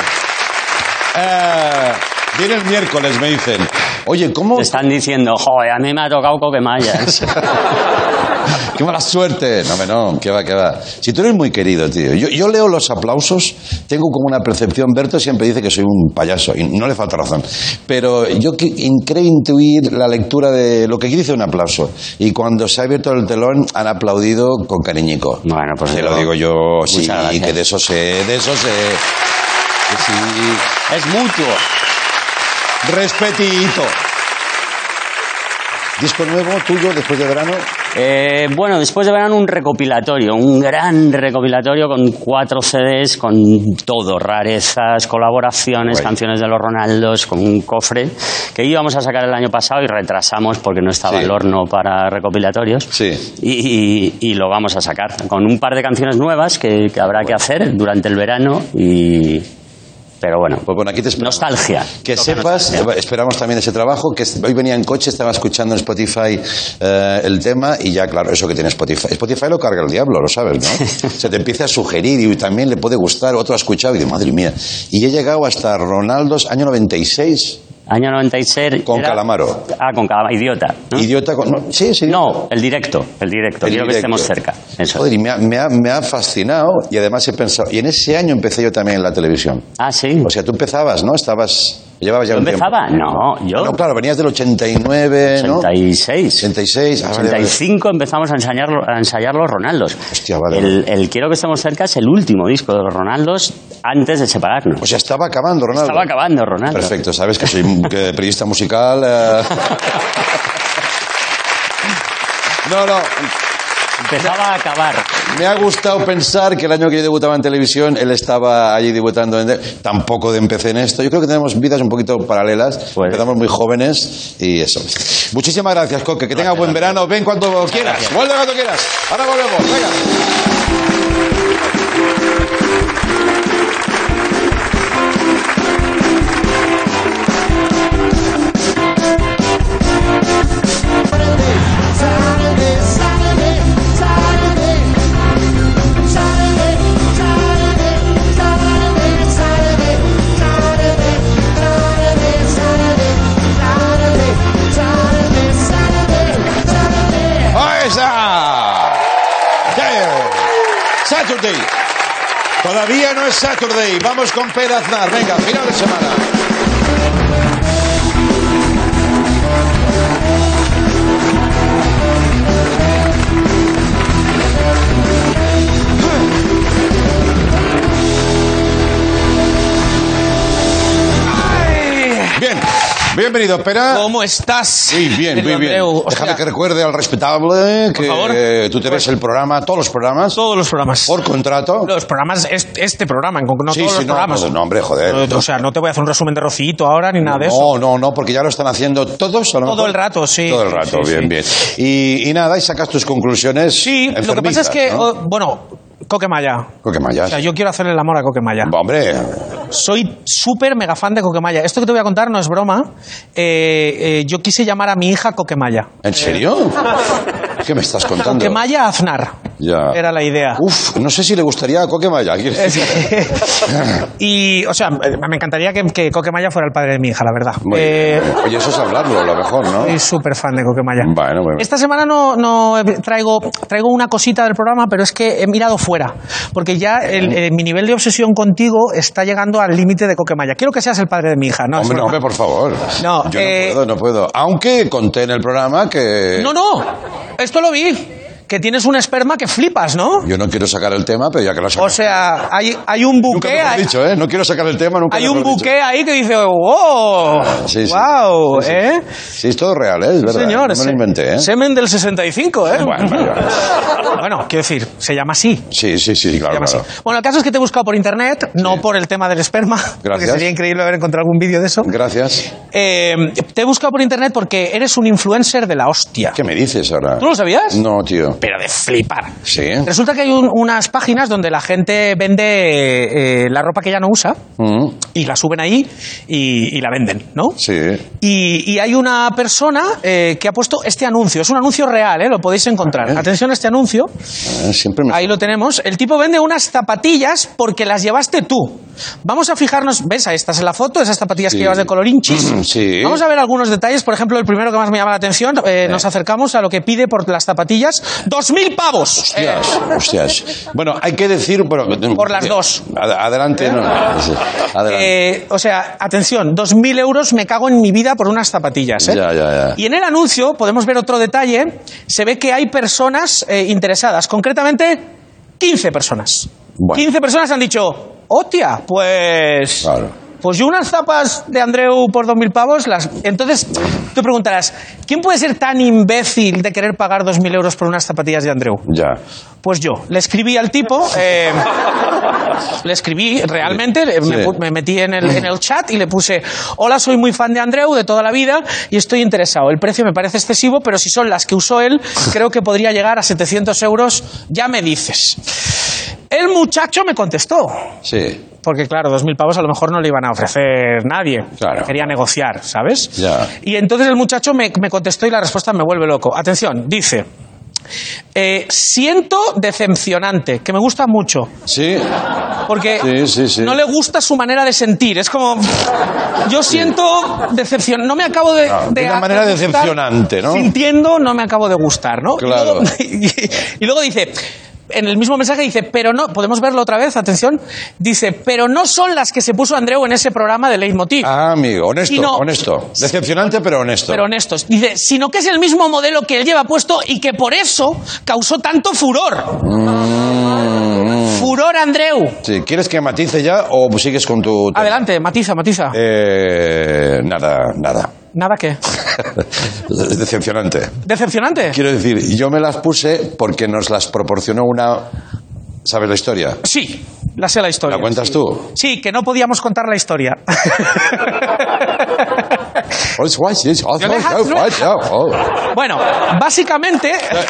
Viene el miércoles, me dicen. Oye, ¿cómo...? Te están diciendo, joder, a mí me ha tocado Coquemayas. ¡Qué mala suerte! No, que va. Si tú eres muy querido, tío. Yo leo los aplausos, tengo como una percepción. Berto siempre dice que soy un payaso, y no le falta razón. Pero yo creo intuir la lectura de lo que dice un aplauso. Y cuando se ha abierto el telón, han aplaudido con cariñico. Bueno, pues te lo digo yo, sí, que de eso sé. Sí. Es mutuo. Respetito. ¿Disco nuevo tuyo después de verano? Bueno, después de verano un gran recopilatorio con 4 CDs, con todo, rarezas, colaboraciones, canciones de los Ronaldos, con un cofre que íbamos a sacar el año pasado y retrasamos porque no estaba el horno para recopilatorios. Sí. Y lo vamos a sacar con un par de canciones nuevas que habrá que hacer durante el verano y... Pero bueno, pues aquí te esperamos. Nostalgia. Que sepas, esperamos también ese trabajo, que hoy venía en coche, estaba escuchando en Spotify el tema y ya, claro, eso que tiene Spotify. Spotify lo carga el diablo, lo sabes, ¿no? Se te empieza a sugerir y también le puede gustar, otro ha escuchado y dice, madre mía. Y he llegado hasta Ronaldos, año 96. Año 96. Con Calamaro. Con Calamaro. Idiota. ¿No? Idiota con... No, sí, sí. No, el directo. Quiero que estemos cerca. Eso. Joder, y me ha fascinado y además he pensado... Y en ese año empecé yo también en la televisión. Ah, sí. O sea, tú empezabas, ¿no? Llevabas ya un tiempo. ¿Empezaba? No, yo... No, claro, venías del 89, ¿no? 86. 86. 85 empezamos a ensayar los Ronaldos. Hostia, vale. El Quiero que estemos cerca es el último disco de los Ronaldos antes de separarnos. O sea, estaba acabando Ronaldo. Estaba acabando Ronaldo. Perfecto, sabes que soy periodista musical. No. Empezaba a acabar. Me ha gustado pensar que el año que yo debutaba en televisión, él estaba allí debutando. Tampoco empecé en esto. Yo creo que tenemos vidas un poquito paralelas. Pues. Empezamos muy jóvenes y eso. Muchísimas gracias, Coque. Que tenga buen verano. Ven cuando quieras. Vuelve cuando quieras. Ahora volvemos. Venga. Saturday. Todavía no es Saturday. Vamos con Pere Aznar. Venga, final de semana. Bien. Bienvenido, Pera. ¿Cómo estás? Muy bien, muy bien. Déjame que recuerde al respetable que tú te ves el programa, todos los programas. Todos los programas. Por contrato. Los programas, este programa, no sí, todos los programas. No, hombre, joder. O sea, no te voy a hacer un resumen de Rocito ahora ni nada de eso. No, porque ya lo están haciendo todos. Todo el rato, sí. Todo el rato, sí, bien. Y nada, y sacas tus conclusiones. Sí, lo que pasa es que, ¿no? Coquemaya. Coquemaya. O sea, yo quiero hacerle el amor a Coquemaya. Hombre. Soy súper mega fan de Coquemaya. Esto que te voy a contar no es broma. Yo quise llamar a mi hija Coquemaya. ¿En serio? ¿Qué me estás contando? Coquemaya Aznar. Ya. Era la idea. Uf, no sé si le gustaría a Coquemaya. Y, o sea, me encantaría que Coquemaya fuera el padre de mi hija, la verdad. Oye, eso es hablarlo, a lo mejor, ¿no? Soy súper fan de Coquemaya. Bueno. Esta semana no traigo una cosita del programa, pero es que he mirado fuera. Porque ya mi nivel de obsesión contigo está llegando al límite de Coquemaya. Quiero que seas el padre de mi hija, ¿no? Hombre, por favor. No, yo no puedo. Aunque conté en el programa que... No, esto lo vi. Que tienes un esperma que flipas, ¿no? Yo no quiero sacar el tema, pero ya que lo has sacado. O sea, hay un buque... Nunca me lo dicho, ¿eh? No quiero sacar el tema, nunca hay me lo un dicho. buque ahí que dice, ¡wow! Sí. ¡Wow! Sí. ¿Eh? Sí, es todo real, ¿eh? Es verdad. Señor, no me lo inventé, ¿eh? Semen del 65, ¿eh? Bueno, quiero decir, se llama así. Sí, claro. Bueno, el caso es que te he buscado por internet, no por el tema del esperma. Gracias. Porque sería increíble haber encontrado algún vídeo de eso. Gracias. Te he buscado por internet porque eres un influencer de la hostia. ¿Qué me dices ahora? ¿Tú lo sabías? No, tío. Pero de flipar. Sí. Resulta que hay unas páginas donde la gente vende la ropa que ya no usa y la suben ahí y la venden, ¿no? Sí. Y hay una persona que ha puesto este anuncio. Es un anuncio real, ¿eh? Lo podéis encontrar. Atención a este anuncio. Ahí lo tenemos. El tipo vende unas zapatillas porque las llevaste tú. Vamos a fijarnos, ¿ves? Ahí estás en la foto, esas zapatillas que llevas de color hinchis. Sí. Vamos a ver algunos detalles. Por ejemplo, el primero que más me llama la atención, nos acercamos a lo que pide por las zapatillas. 2.000 pavos. Hostias. Bueno, hay que decir... por las dos. Adelante, no. Adelante. O sea, atención, 2.000 euros me cago en mi vida por unas zapatillas. Ya. Y en el anuncio podemos ver otro detalle. Se ve que hay personas interesadas. Concretamente, 15 personas. Bueno. 15 personas han dicho, hostia, pues... Claro. Pues yo unas zapas de Andreu por 2.000 pavos las... Entonces, tú preguntarás, ¿quién puede ser tan imbécil de querer pagar 2.000 euros por unas zapatillas de Andreu? Ya. Pues yo. Le escribí al tipo... le escribí realmente, me metí en el chat y le puse: hola, soy muy fan de Andreu de toda la vida y estoy interesado. El precio me parece excesivo, pero si son las que usó él, creo que podría llegar a 700 euros. Ya me dices. El muchacho me contestó. Sí. Porque, claro, 2.000 pavos a lo mejor no le iban a ofrecer nadie. Claro. Quería negociar, ¿sabes? Ya. Y entonces el muchacho me contestó y la respuesta me vuelve loco. Atención, dice... Siento decepcionante, que me gusta mucho. Sí. Porque sí. no le gusta su manera de sentir. Es como... Yo siento decepción. No me acabo de una manera decepcionante, ¿no? Sintiendo, no me acabo de gustar, ¿no? Claro. Y luego dice... En el mismo mensaje dice, pero no, ¿podemos verlo otra vez? Atención. Dice, pero no son las que se puso Andreu en ese programa de Leitmotiv. Ah, amigo, honesto, sino, honesto. Decepcionante, pero honesto. Pero honestos. Dice, sino que es el mismo modelo que él lleva puesto y que por eso causó tanto furor. Furor, Andreu. Sí, ¿quieres que matice ya o sigues con tu... Adelante, matiza. Nada. ¿Nada qué? Decepcionante. ¿Decepcionante? Quiero decir, yo me las puse porque nos las proporcionó una... ¿Sabes la historia? Sí, la sé la historia. ¿La cuentas tú? Sí, que no podíamos contar la historia. Bueno, básicamente...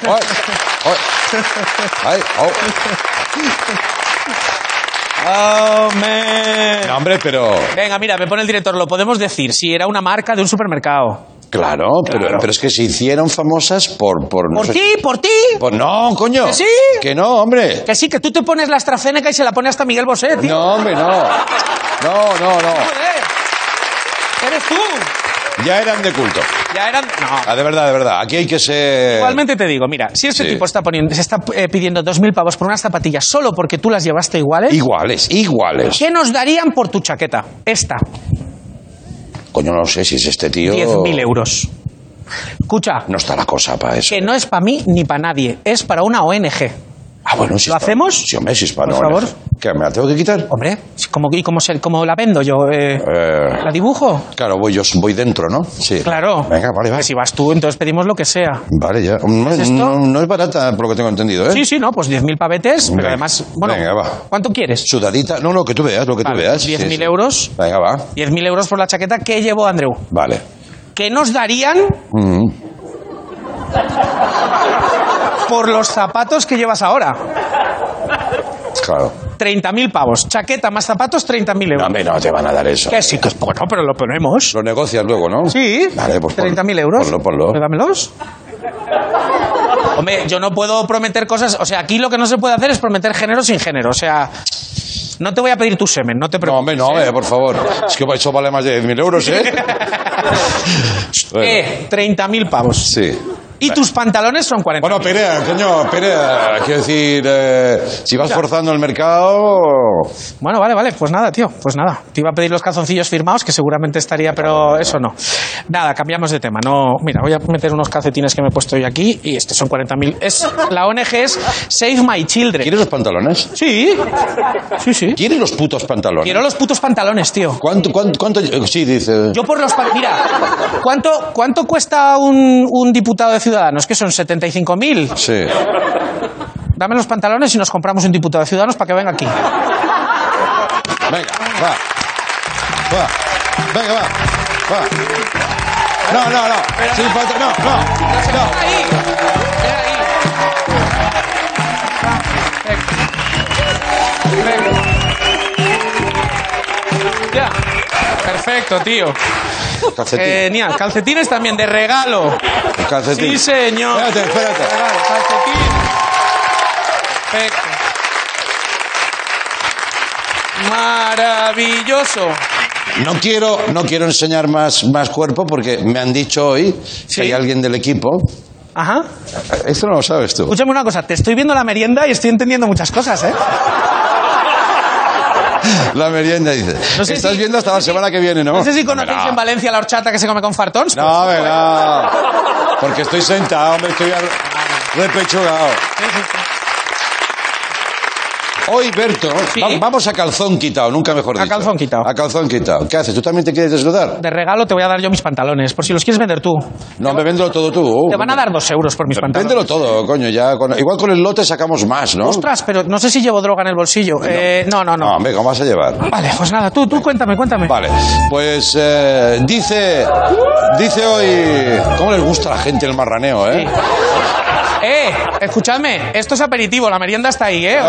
Oh, man. No, hombre, pero... Venga, mira, me pone el director, lo podemos decir, si era una marca de un supermercado. Claro. Pero es que se hicieron famosas por ¿Por ti? Pues no, coño. ¿Que sí? Que no, hombre. Que sí, que tú te pones la AstraZeneca y se la pone hasta Miguel Bosé, tío. No, hombre, no. Joder. Eres tú. Ya eran de culto. Ya eran... No. De verdad. Aquí hay que ser... Igualmente te digo, mira, si este tipo se está pidiendo 2.000 pavos por unas zapatillas solo porque tú las llevaste iguales... Iguales. ¿Qué nos darían por tu chaqueta? Esta. Coño, no sé si es este tío... 10.000 euros. Escucha. No está la cosa para eso. Que no es para mí ni para nadie. Es para una ONG. Bueno, si ¿Lo hacemos? Sí, hombre, si es para por favor. ¿Qué, me la tengo que quitar? Hombre, ¿cómo la vendo yo? ¿La dibujo? Claro, voy dentro, ¿no? Sí. Claro. Venga, vale. Si vas tú, entonces pedimos lo que sea. Vale, ya. No es barata, por lo que tengo entendido, ¿eh? Sí, no, pues 10.000 pavetes, pero además... Bueno, venga, va. ¿Cuánto quieres? Sudadita. No, que tú veas, lo que tú veas. 10.000 euros. Venga, va. 10.000 euros por la chaqueta que llevó Andreu. Vale. ¿Qué nos darían por los zapatos que llevas ahora? Claro. 30.000 pavos. Chaqueta más zapatos, 30.000 euros. No te van a dar eso. Que sí, que es bueno, pero lo ponemos. Lo negocias luego, ¿no? Sí. Vale, pues 30.000 euros. Ponlo. Dámelos. Hombre, yo no puedo prometer cosas... O sea, aquí lo que no se puede hacer es prometer género sin género. O sea... No te voy a pedir tu semen, no te preocupes. No, por favor. Es que eso vale más de 10.000 euros, ¿eh? 30.000 pavos. Sí. Y tus pantalones son 40.000. Bueno, Perea. Quiero decir, si vas forzando el mercado... Bueno, vale. Pues nada, tío. Pues nada. Te iba a pedir los calzoncillos firmados, que seguramente estaría, pero eso no. Nada, cambiamos de tema. No, mira, voy a meter unos calcetines que me he puesto yo aquí y estos son 40.000. La ONG es Save My Children. ¿Quieres los pantalones? Sí. ¿Quieres los putos pantalones? Quiero los putos pantalones, tío. ¿Cuánto? Sí, dice... Yo por los... Mira, ¿cuánto cuesta un diputado de Ciudadanos? Que son 75.000. Sí. Dame los pantalones y nos compramos un diputado de Ciudadanos para que venga aquí. Venga, va. No. Sin falta, no. Ahí. Venga. Ya. Perfecto, tío. Genial. Calcetines también, de regalo. Calcetín. Sí, señor. Espérate. Regalo, calcetín. Perfecto. Maravilloso. No quiero enseñar más cuerpo porque me han dicho hoy que hay alguien del equipo. Ajá. Esto no lo sabes tú. Escúchame una cosa, te estoy viendo la merienda y estoy entendiendo muchas cosas, ¿eh? La merienda, dice. No sé Estás viendo hasta la semana que viene, ¿no? No sé si conocéis en Valencia la horchata que se come con fartons. No, verdad. Porque estoy sentado, me estoy repechugado. Hoy, Berto, vamos a calzón quitado, nunca mejor dicho. A calzón quitado. A calzón quitado. ¿Qué haces? ¿Tú también te quieres desnudar? De regalo te voy a dar yo mis pantalones, por si los quieres vender tú. No, me véndelo todo tú. Te van a dar 2 euros por mis pantalones. Véndelo todo, coño. Igual con el lote sacamos más, ¿no? Ostras, pero no sé si llevo droga en el bolsillo. No. No, hombre, ¿cómo vas a llevar? Vale, pues nada, tú cuéntame. Vale, pues dice hoy... ¿Cómo les gusta a la gente el marraneo, eh? Sí. Escuchadme, esto es aperitivo, la merienda está ahí, ¿eh? No.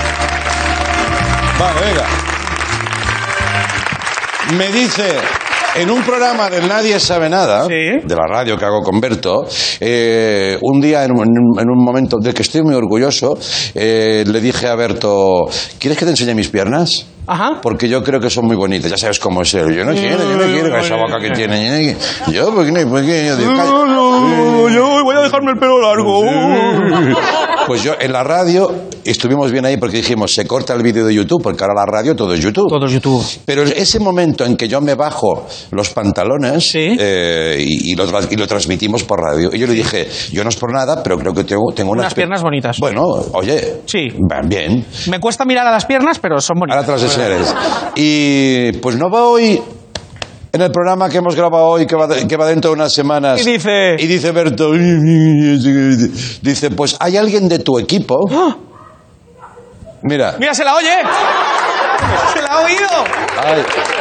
Vale, venga. Me dice en un programa del Nadie Sabe Nada, de la radio que hago con Berto, un día, en un momento del que estoy muy orgulloso, le dije a Berto, ¿quieres que te enseñe mis piernas? Ajá. Porque yo creo que son muy bonitas, ya sabes cómo es él. Yo no quiero con esa boca que tiene. Yo, ¿por qué no? Yo voy a dejarme el pelo largo. Pues yo en la radio estuvimos bien ahí porque dijimos, se corta el vídeo de YouTube, porque ahora la radio todo es YouTube. Todo es YouTube. Pero ese momento en que yo me bajo los pantalones y lo transmitimos por radio. Y yo le dije, yo no es por nada, pero creo que tengo unas piernas bonitas. Bueno, oye. Sí. Bien. Me cuesta mirar a las piernas, pero son bonitas. Ahora te las enseñaré. Y pues no va hoy... En el programa que hemos grabado hoy, que va dentro de unas semanas. Y dice Berto, dice, pues hay alguien de tu equipo. ¡Ah! Mira, se la oye. Se la ha oído. Ay.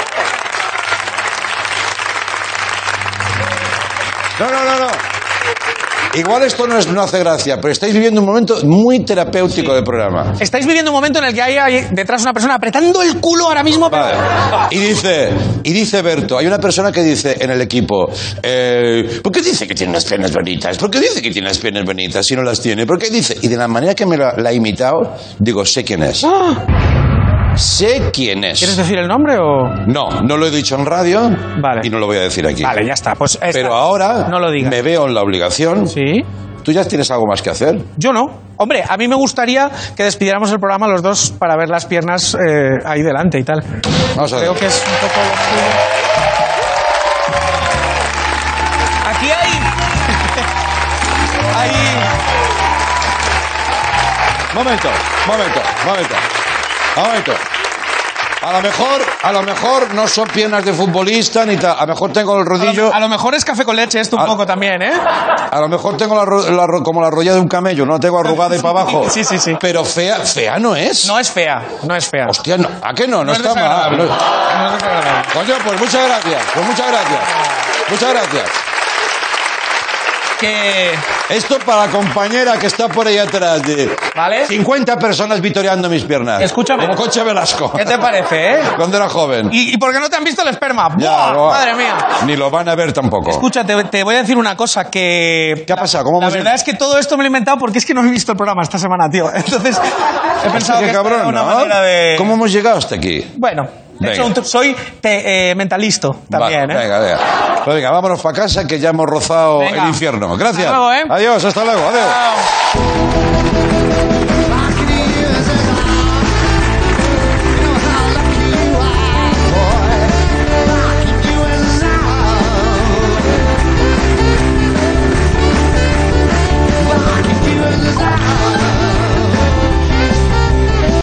No. Igual esto no hace gracia, pero estáis viviendo un momento muy terapéutico del programa. Estáis viviendo un momento en el que hay detrás una persona apretando el culo ahora mismo. Vale. Y dice Berto, hay una persona que dice en el equipo, ¿por qué dice que tiene unas piernas bonitas? ¿Por qué dice que tiene unas piernas bonitas si no las tiene? ¿Por qué dice? Y de la manera que me la ha imitado, digo, sé quién es. Sé quién es. ¿Quieres decir el nombre o...? No lo he dicho en radio. Vale. Y no lo voy a decir aquí. Vale, ya está. Pues pero ahora no lo digas. Me veo en la obligación. Sí. ¿Tú ya tienes algo más que hacer? Yo no. Hombre, a mí me gustaría que despidiéramos el programa los dos para ver las piernas ahí delante y tal. Vamos a ver. Creo que es un poco... Aquí hay... Momento. A lo mejor no son piernas de futbolista ni tal. A lo mejor tengo el rodillo. A lo mejor es café con leche esto un poco también, ¿eh? A lo mejor tengo como la rodilla de un camello, no tengo arrugada y para abajo. Sí. Pero fea no es. No es fea. Hostia, no. ¿A qué no? No está mal. No es desagradable. Coño, pues muchas gracias. Muchas gracias. Esto para la compañera que está por ahí atrás de... ¿Vale? 50 personas vitoreando mis piernas. Escúchame. Como Concha Velasco. ¿Qué te parece, Cuando era joven. ¿Y por qué no te han visto el esperma? Ya, ¡Buah! Madre mía. Ni lo van a ver tampoco. Escucha, te voy a decir una cosa que... ¿Qué ha pasado? La verdad es que todo esto me lo he inventado porque es que no he visto el programa esta semana, tío. Entonces he pensado que cabrón, era una ¿no? manera de... ¿Cómo hemos llegado hasta aquí? Bueno, soy mentalista también, vale, venga. Pues venga, vámonos para casa que ya hemos rozado el infierno. Gracias. Hasta luego, Adiós, hasta luego. Adiós. Chao.